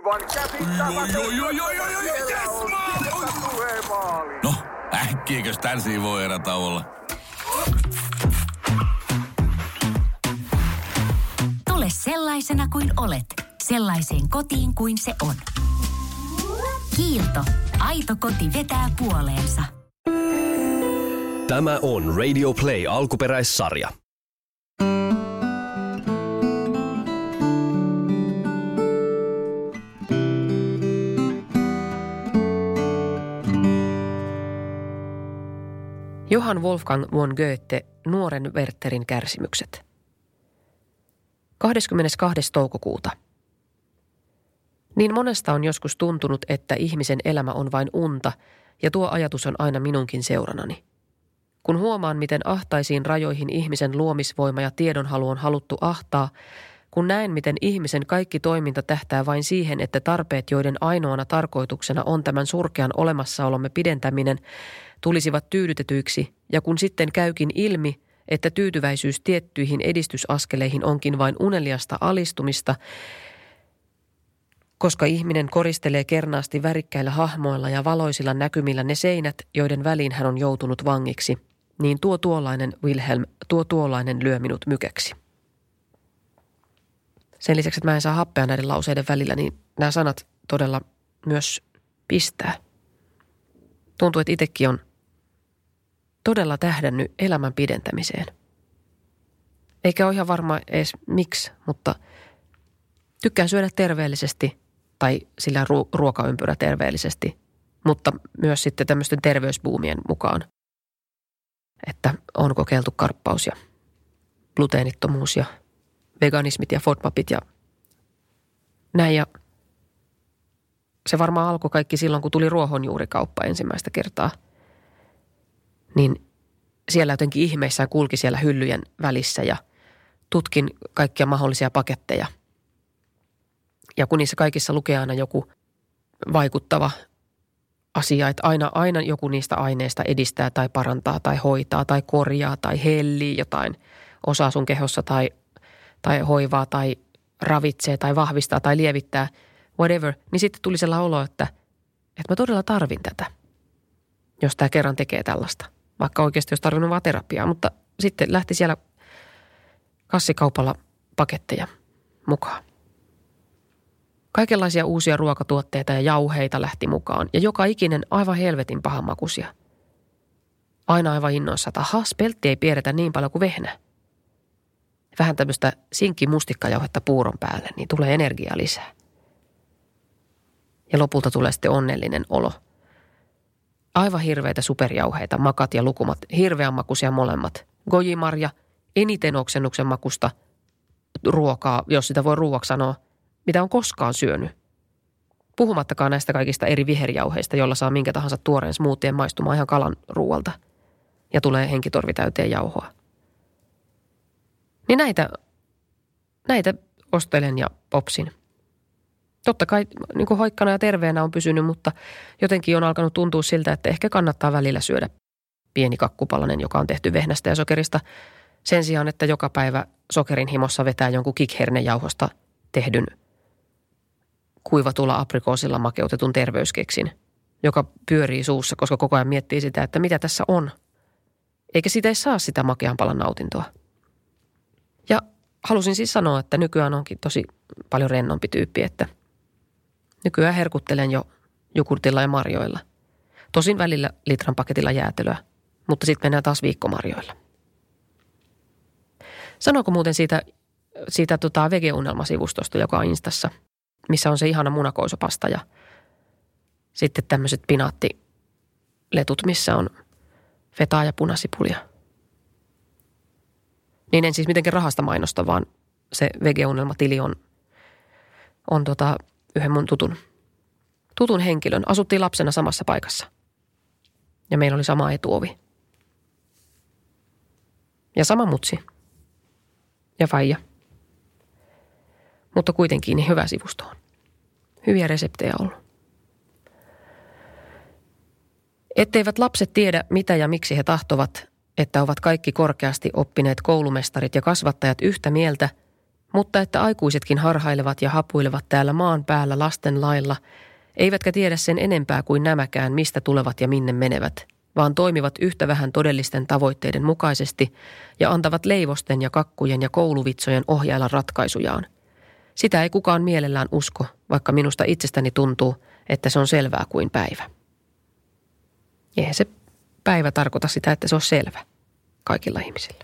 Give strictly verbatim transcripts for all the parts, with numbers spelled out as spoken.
aivan käsittämätöntä. No, äkkiäkös tän voi erätä olla? Tule sellaisena kuin olet, sellaiseen kotiin kuin se on. Kiilto. Aito koti vetää puoleensa. Tämä on Radio Play alkuperäissarja. Johann Wolfgang von Goethe, nuoren Wertherin kärsimykset. kahdeskymmenestoinen toukokuuta. Niin monesta on joskus tuntunut, että ihmisen elämä on vain unta, ja tuo ajatus on aina minunkin seuranani. Kun huomaan, miten ahtaisiin rajoihin ihmisen luomisvoima ja tiedonhalu on haluttu ahtaa, kun näen, miten ihmisen kaikki toiminta tähtää vain siihen, että tarpeet, joiden ainoana tarkoituksena on tämän surkean olemassaolomme pidentäminen, tulisivat tyydytetyiksi, ja kun sitten käykin ilmi, että tyytyväisyys tiettyihin edistysaskeleihin onkin vain uneliasta alistumista, koska ihminen koristelee kernaasti värikkäillä hahmoilla ja valoisilla näkymillä ne seinät, joiden väliin hän on joutunut vangiksi, niin tuo tuollainen Wilhelm, tuo tuollainen lyö minut mykäksi. Sen lisäksi, että mä en saa happea näiden lauseiden välillä, niin nämä sanat todella myös pistää. Tuntuu, että itsekin on todella tähdännyt elämän pidentämiseen. Eikä ole ihan varma edes miksi, mutta tykkään syödä terveellisesti tai sillä ru- ruokaympyrä terveellisesti, mutta myös sitten tämmöisten terveysbuumien mukaan, että on kokeiltu karppaus ja gluteenittomuus ja veganismit ja FODMAPit ja näin. Ja se varmaan alkoi kaikki silloin, kun tuli ruohonjuurikauppa ensimmäistä kertaa. Niin siellä jotenkin ihmeissään kulki siellä hyllyjen välissä ja tutkin kaikkia mahdollisia paketteja. Ja kun niissä kaikissa lukee aina joku vaikuttava asia, että aina, aina joku niistä aineista edistää tai parantaa tai hoitaa tai korjaa tai hellii jotain osaa sun kehossa tai, tai hoivaa tai ravitsee tai vahvistaa tai lievittää, whatever, niin sitten tuli sellainen olo, että, että mä todella tarvin tätä, jos tämä kerran tekee tällaista. Vaikka oikeasti olisi tarvinnut vaan terapiaa, mutta sitten lähti siellä kassikaupalla paketteja mukaan. Kaikenlaisia uusia ruokatuotteita ja jauheita lähti mukaan ja joka ikinen aivan helvetin pahanmakuisia. Aina aivan innoissa, että aha, speltti ei piirretä niin paljon kuin vehnä. Vähän tämmöistä sinkkimustikkajauhetta puuron päälle, niin tulee energiaa lisää. Ja lopulta tulee sitten onnellinen olo. Aivan hirveitä superjauheita, makat ja lukumat, hirveän makuisia molemmat. Gojimarja, eniten oksennuksen makusta ruokaa, jos sitä voi ruuaksi sanoa, mitä on koskaan syönyt. Puhumattakaan näistä kaikista eri viherjauheista, joilla saa minkä tahansa tuoreen smoothien maistumaan ihan kalan ruualta. Ja tulee henkitorvi täyteen jauhoa. Niin näitä, näitä ostelen ja popsin. Totta kai niin kuin hoikkana ja terveenä on pysynyt, mutta jotenkin on alkanut tuntua siltä, että ehkä kannattaa välillä syödä pieni kakkupalanen, joka on tehty vehnästä ja sokerista. Sen sijaan, että joka päivä sokerin himossa vetää jonkun kikhernejauhosta tehdyn kuivatulla aprikoosilla makeutetun terveyskeksin, joka pyörii suussa, koska koko ajan miettii sitä, että mitä tässä on. Eikä siitä ei saa sitä makean palan nautintoa. Ja halusin siis sanoa, että nykyään onkin tosi paljon rennompi tyyppi, että nykyään herkuttelen jo jogurtilla ja marjoilla. Tosin välillä litran paketilla jäätelöä, mutta sitten mennään taas viikkomarjoilla. Sanooko muuten siitä, siitä tota vegeunelmasivustosta, joka on Instassa, missä on se ihana munakoisopasta ja sitten tämmöiset pinaattiletut, missä on fetaa ja punasipulia. Niin en siis mitenkään rahasta mainosta, vaan se vegeunelmatili on, on tota yhden mun tutun, tutun henkilön. Asuttiin lapsena samassa paikassa. Ja meillä oli sama etuovi. Ja sama mutsi. Ja faija. Mutta kuitenkin niin hyvä sivusto on. Hyviä reseptejä ollut. Etteivät lapset tiedä, mitä ja miksi he tahtovat, että ovat kaikki korkeasti oppineet koulumestarit ja kasvattajat yhtä mieltä, Mutta että aikuisetkin harhailevat ja hapuilevat täällä maan päällä lasten lailla, eivätkä tiedä sen enempää kuin nämäkään, mistä tulevat ja minne menevät, vaan toimivat yhtä vähän todellisten tavoitteiden mukaisesti ja antavat leivosten ja kakkujen ja kouluvitsojen ohjailla ratkaisujaan. Sitä ei kukaan mielellään usko, vaikka minusta itsestäni tuntuu, että se on selvää kuin päivä. Eihän se päivä tarkoita sitä, että se on selvä kaikilla ihmisillä.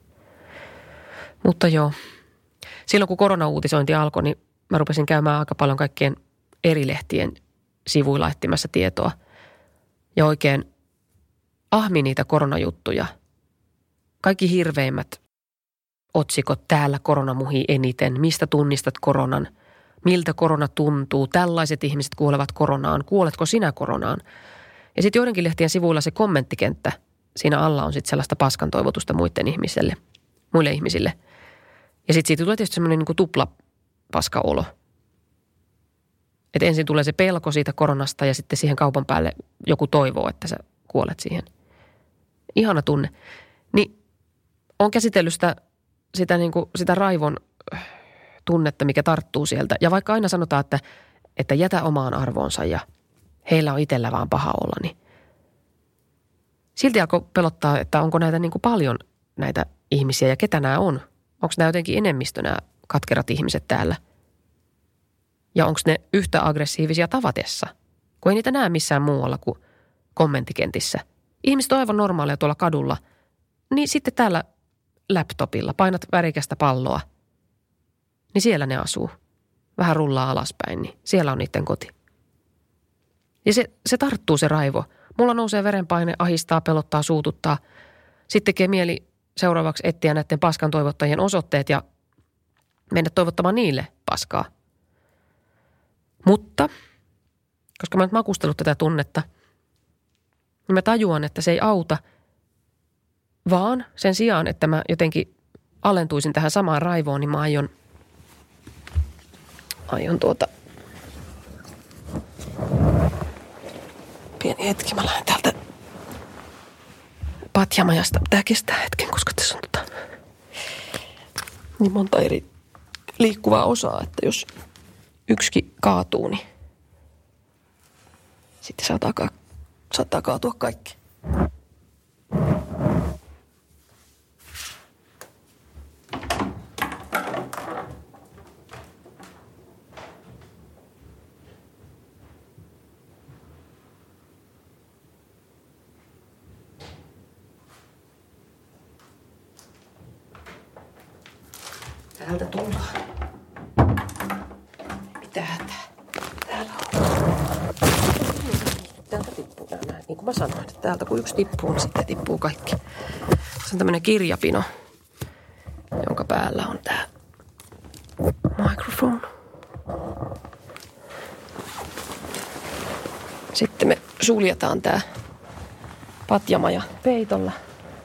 Mutta joo, silloin kun koronauutisointi alkoi, niin mä rupesin käymään aika paljon kaikkien eri lehtien sivuilla etsimässä tietoa. Ja oikein ahmi niitä koronajuttuja. Kaikki hirveimmät otsikot, täällä korona muhii eniten, mistä tunnistat koronan, miltä korona tuntuu, tällaiset ihmiset kuolevat koronaan, kuoletko sinä koronaan? Ja sitten joidenkin lehtien sivuilla se kommenttikenttä, siinä alla on sitten sellaista paskan toivotusta muiden ihmisille, muille ihmisille. Ja sitten siitä tulee tietysti semmoinen niin kuin tupla paskaolo. Että ensin tulee se pelko siitä koronasta ja sitten siihen kaupan päälle joku toivoo, että sä kuolet siihen. Ihana tunne. Niin on käsitellyt sitä, sitä, niin kuin, sitä raivon tunnetta, mikä tarttuu sieltä. Ja vaikka aina sanotaan, että, että jätä omaan arvoonsa ja heillä on itsellä vaan paha olla, niin silti alkoi pelottaa, että onko näitä niin kuin paljon näitä ihmisiä ja ketä nämä on. Onko nämä jotenkin enemmistö nämä katkerat ihmiset täällä? Ja onko ne yhtä aggressiivisia tavatessa, kun ei niitä näe missään muualla kuin kommenttikentissä. Ihmiset on aivan normaaleja tuolla kadulla, niin sitten täällä laptopilla painat värikästä palloa, niin siellä ne asuu. Vähän rullaa alaspäin, niin siellä on niiden koti. Ja se, se tarttuu se raivo. Mulla nousee verenpaine, ahistaa, pelottaa, suututtaa. Sitten tekee mieli seuraavaksi etsiä näiden paskan toivottajien osoitteet ja mennä toivottamaan niille paskaa. Mutta, koska mä oon makustellut tätä tunnetta, niin mä tajuan, että se ei auta, vaan sen sijaan, että mä jotenkin alentuisin tähän samaan raivoon, niin mä aion, aion tuota, pieni hetki, mä lähden täältä patjamajasta. Tää kestää hetken, koska tässä on tota, niin monta eri liikkuvaa osaa, että jos yksikin kaatuu, niin sitten saattaa, ka- saattaa kaatua kaikki. Täältä tullaan. Mitä hätää? Täällä on. Täältä tippuu nämä. Niin kuin mä sanoin, että täältä kun yksi tippuu, niin sitten tippuu kaikki. Se on tämmönen kirjapino, jonka päällä on tää microphone. Sitten me suljetaan tää patjamaja peitolla.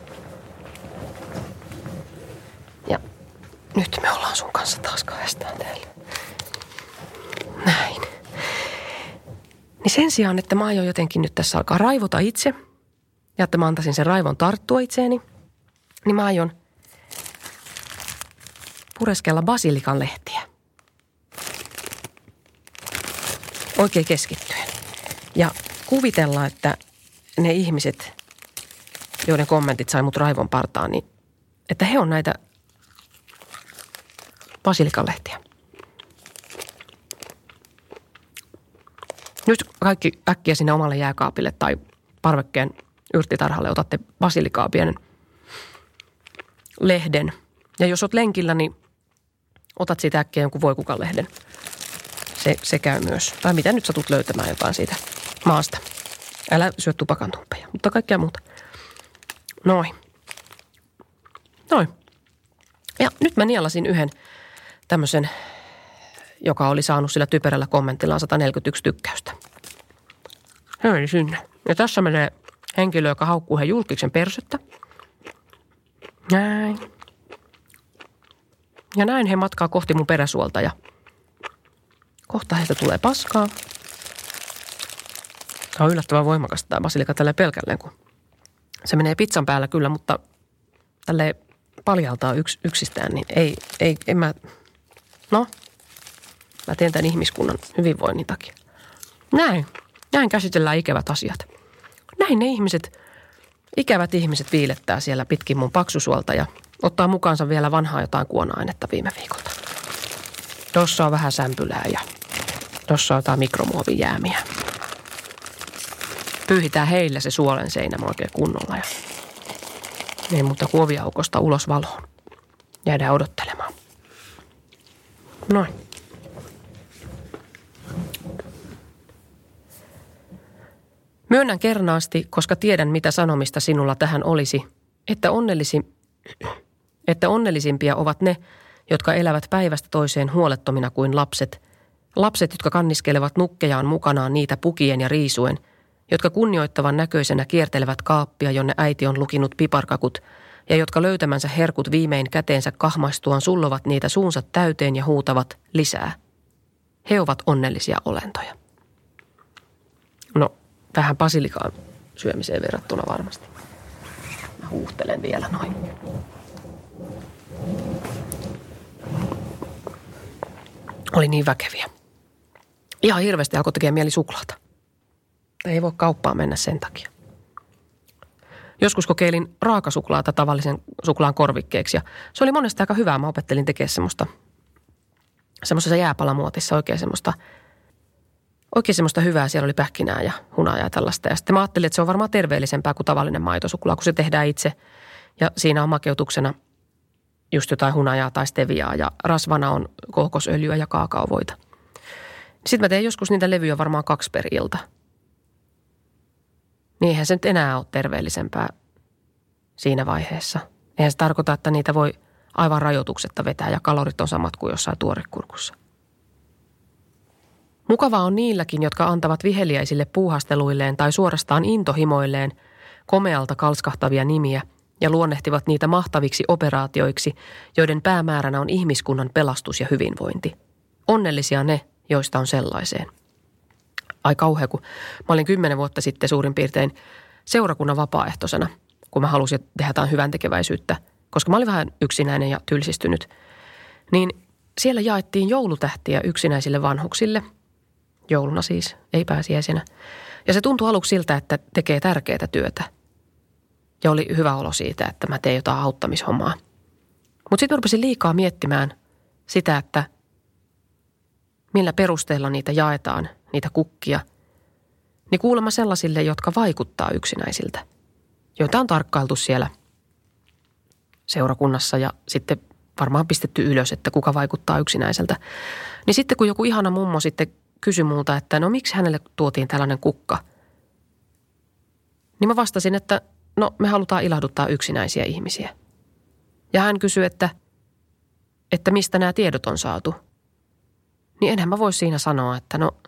Ja nyt me ollaan sun kanssa taas kahdestaan täällä. Näin. Niin sen sijaan, että mä aion jotenkin nyt tässä alkaa raivota itse ja että mä antaisin sen raivon tarttua itseeni, niin mä aion pureskella basilikan lehtiä. Oikein keskittyen. Ja kuvitella, että ne ihmiset, joiden kommentit sai mut raivon partaan, niin että he on näitä basilikan lehtiä. Nyt kaikki äkkiä sinne omalle jääkaapille tai parvekkeen yrttitarhalle otatte basilikaa pienen lehden. Ja jos oot lenkillä, niin otat siitä äkkiä jonkun voikukanlehden. Se, se käy myös. Tai mitä nyt satut löytämään jotain siitä maasta. Älä syö tupakantumppeja, mutta kaikkea muuta. Noin. Noin. Ja nyt mä nielasin yhden tämmöisen, joka oli saanut sillä typerällä kommentillaan sata neljäkymmentäyksi tykkäystä. Se meni sinne. Ja tässä menee henkilö, joka haukkuu he julkiksen persettä. Näin. Ja näin he matkaa kohti mun peräsuolta ja kohta heiltä tulee paskaa. Tämä on yllättävän voimakasta tämä basilika tälleen pelkälleen, kun se menee pizzan päällä kyllä, mutta tälleen paljaltaa yks, yksistään, niin ei, ei, en mä, No, mä teen tämän ihmiskunnan hyvinvoinnin takia. Näin. Näin käsitellään ikävät asiat. Näin ne ihmiset, ikävät ihmiset viilettää siellä pitkin mun paksusuolta ja ottaa mukaansa vielä vanhaa jotain kuona-ainetta viime viikolta. Tuossa on vähän sämpylää ja tuossa on jotain mikromuovijäämiä. Pyyhitään heillä se suolen seinä oikein kunnolla ja ei muuta kuin oviaukosta ulos valoon. Jäädään odottelemaan. Noin. Myönnän kernaasti, koska tiedän mitä sanomista sinulla tähän olisi, että, onnellisi, että onnellisimpia ovat ne, jotka elävät päivästä toiseen huolettomina kuin lapset. Lapset, jotka kanniskelevat nukkejaan mukanaan niitä pukien ja riisuen, jotka kunnioittavan näköisenä kiertelevät kaappia, jonne äiti on lukinut piparkakut, ja jotka löytämänsä herkut viimein käteensä kahmaistuaan sullovat niitä suunsa täyteen ja huutavat lisää. He ovat onnellisia olentoja. No, tähän basilikaan syömiseen verrattuna varmasti. Mä huuhtelen vielä noin. Oli niin väkeviä. Ihan hirveästi alkoi tekemään mieli suklaata. Ei voi kauppaan mennä sen takia. Joskus kokeilin raakasuklaata tavallisen suklaan korvikkeeksi ja se oli monesti aika hyvää. Mä opettelin tekemään semmoista, semmoisessa jääpalamuotissa oikein semmoista, oikein semmoista hyvää. Siellä oli pähkinää ja hunajaa ja tällaista. Ja sitten mä ajattelin, että se on varmaan terveellisempää kuin tavallinen maitosuklaa, kun se tehdään itse. Ja siinä on makeutuksena just jotain hunajaa tai steviaa ja rasvana on kookosöljyä ja kaakaovoita. Sitten mä tein joskus niitä levyjä varmaan kaksi per ilta. Niin eihän se nyt enää ole terveellisempää siinä vaiheessa. Eihän se tarkoita, että niitä voi aivan rajoituksetta vetää ja kalorit on samat kuin jossain tuorekurkussa. Mukavaa on niilläkin, jotka antavat viheliäisille puuhasteluilleen tai suorastaan intohimoilleen komealta kalskahtavia nimiä ja luonnehtivat niitä mahtaviksi operaatioiksi, joiden päämääränä on ihmiskunnan pelastus ja hyvinvointi. Onnellisia ne, joista on sellaiseen. Ai kauhea, kun mä olin kymmenen vuotta sitten suurin piirtein seurakunnan vapaaehtoisena, kun mä halusin tehdä jotain hyvän tekeväisyyttä, koska mä olin vähän yksinäinen ja tylsistynyt. Niin siellä jaettiin joulutähtiä yksinäisille vanhuksille, jouluna siis, ei pääsiäisenä. Ja se tuntui aluksi siltä, että tekee tärkeää työtä. Ja oli hyvä olo siitä, että mä teen jotain auttamishommaa. Mutta sitten rupesin liikaa miettimään sitä, että millä perusteella niitä jaetaan, niitä kukkia, niin kuulemma sellaisille, jotka vaikuttaa yksinäisiltä, joita on tarkkailtu siellä seurakunnassa ja sitten varmaan pistetty ylös, että kuka vaikuttaa yksinäiseltä. Niin sitten kun joku ihana mummo sitten kysyi multa, että no miksi hänelle tuotiin tällainen kukka, niin mä vastasin, että no me halutaan ilahduttaa yksinäisiä ihmisiä. Ja hän kysyi, että, että mistä nämä tiedot on saatu. Niin enhän mä voi siinä sanoa, että no,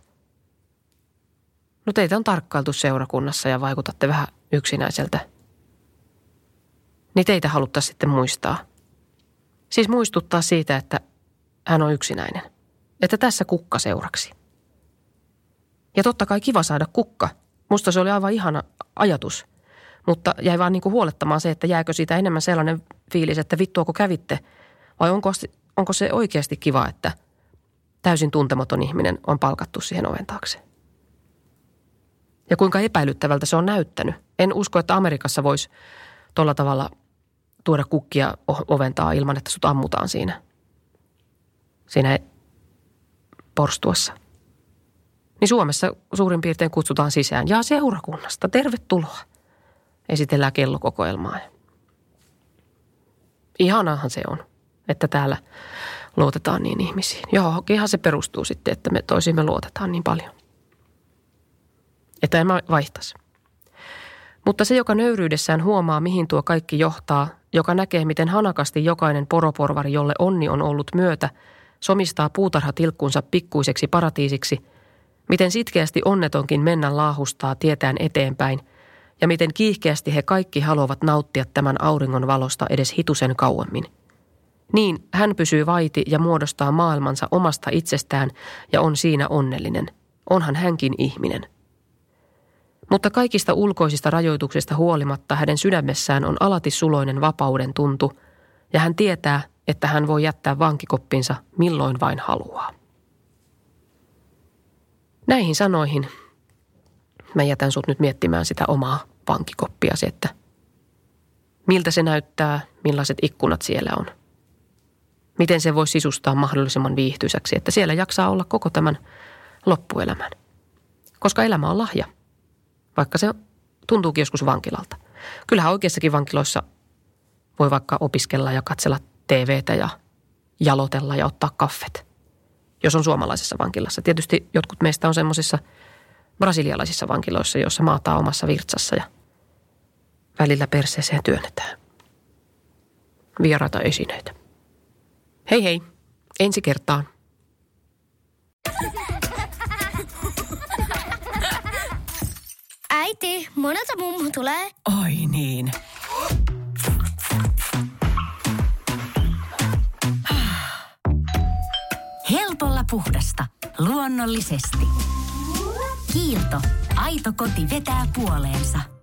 no teitä on tarkkailtu seurakunnassa ja vaikutatte vähän yksinäiseltä. Niin teitä haluttaisiin sitten muistaa. Siis muistuttaa siitä, että hän on yksinäinen. Että tässä kukka seuraksi. Ja totta kai kiva saada kukka. Musta se oli aivan ihana ajatus. Mutta jäi vaan niin kuin huolettamaan se, että jääkö siitä enemmän sellainen fiilis, että vittuako kävitte. Vai onko, onko se oikeasti kiva, että täysin tuntematon ihminen on palkattu siihen oven taakse. Ja kuinka epäilyttävältä se on näyttänyt. En usko, että Amerikassa voisi tuolla tavalla tuoda kukkia oventaa ilman, että sut ammutaan siinä. Siinä porstuassa. Niin Suomessa suurin piirtein kutsutaan sisään. Ja seurakunnasta, tervetuloa. Esitellään kellokokoelmaa. Ihanahan se on, että täällä luotetaan niin ihmisiin. Joo, ihan se perustuu sitten, että me toisiimme luotetaan niin paljon. Että en mä vaihtaisi. Mutta se, joka nöyryydessään huomaa, mihin tuo kaikki johtaa, joka näkee, miten hanakasti jokainen poroporvari, jolle onni on ollut myötä, somistaa puutarhatilkkunsa pikkuiseksi paratiisiksi, miten sitkeästi onnetonkin mennä laahustaa tietään eteenpäin, ja miten kiihkeästi he kaikki haluavat nauttia tämän auringon valosta edes hitusen kauemmin. Niin hän pysyy vaiti ja muodostaa maailmansa omasta itsestään ja on siinä onnellinen. Onhan hänkin ihminen. Mutta kaikista ulkoisista rajoituksista huolimatta hänen sydämessään on alati suloinen vapauden tuntu, ja hän tietää, että hän voi jättää vankikoppinsa milloin vain haluaa. Näihin sanoihin mä jätän sut nyt miettimään sitä omaa vankikoppiasi, että miltä se näyttää, millaiset ikkunat siellä on. Miten se voi sisustaa mahdollisimman viihtyisäksi, että siellä jaksaa olla koko tämän loppuelämän. Koska elämä on lahja, vaikka se tuntuukin joskus vankilalta. Kyllähän oikeissakin vankiloissa voi vaikka opiskella ja katsella T V:tä ja jalotella ja ottaa kaffet, jos on suomalaisessa vankilassa. Tietysti jotkut meistä on semmoisissa brasilialaisissa vankiloissa, joissa maataan omassa virtsassa ja välillä perseeseen työnnetään vieraita esineitä. Hei hei, ensi kertaan. Äiti, monelta mummu tulee? Oi niin. Helpolla puhdasta. Luonnollisesti. Kiilto. Aito koti vetää puoleensa.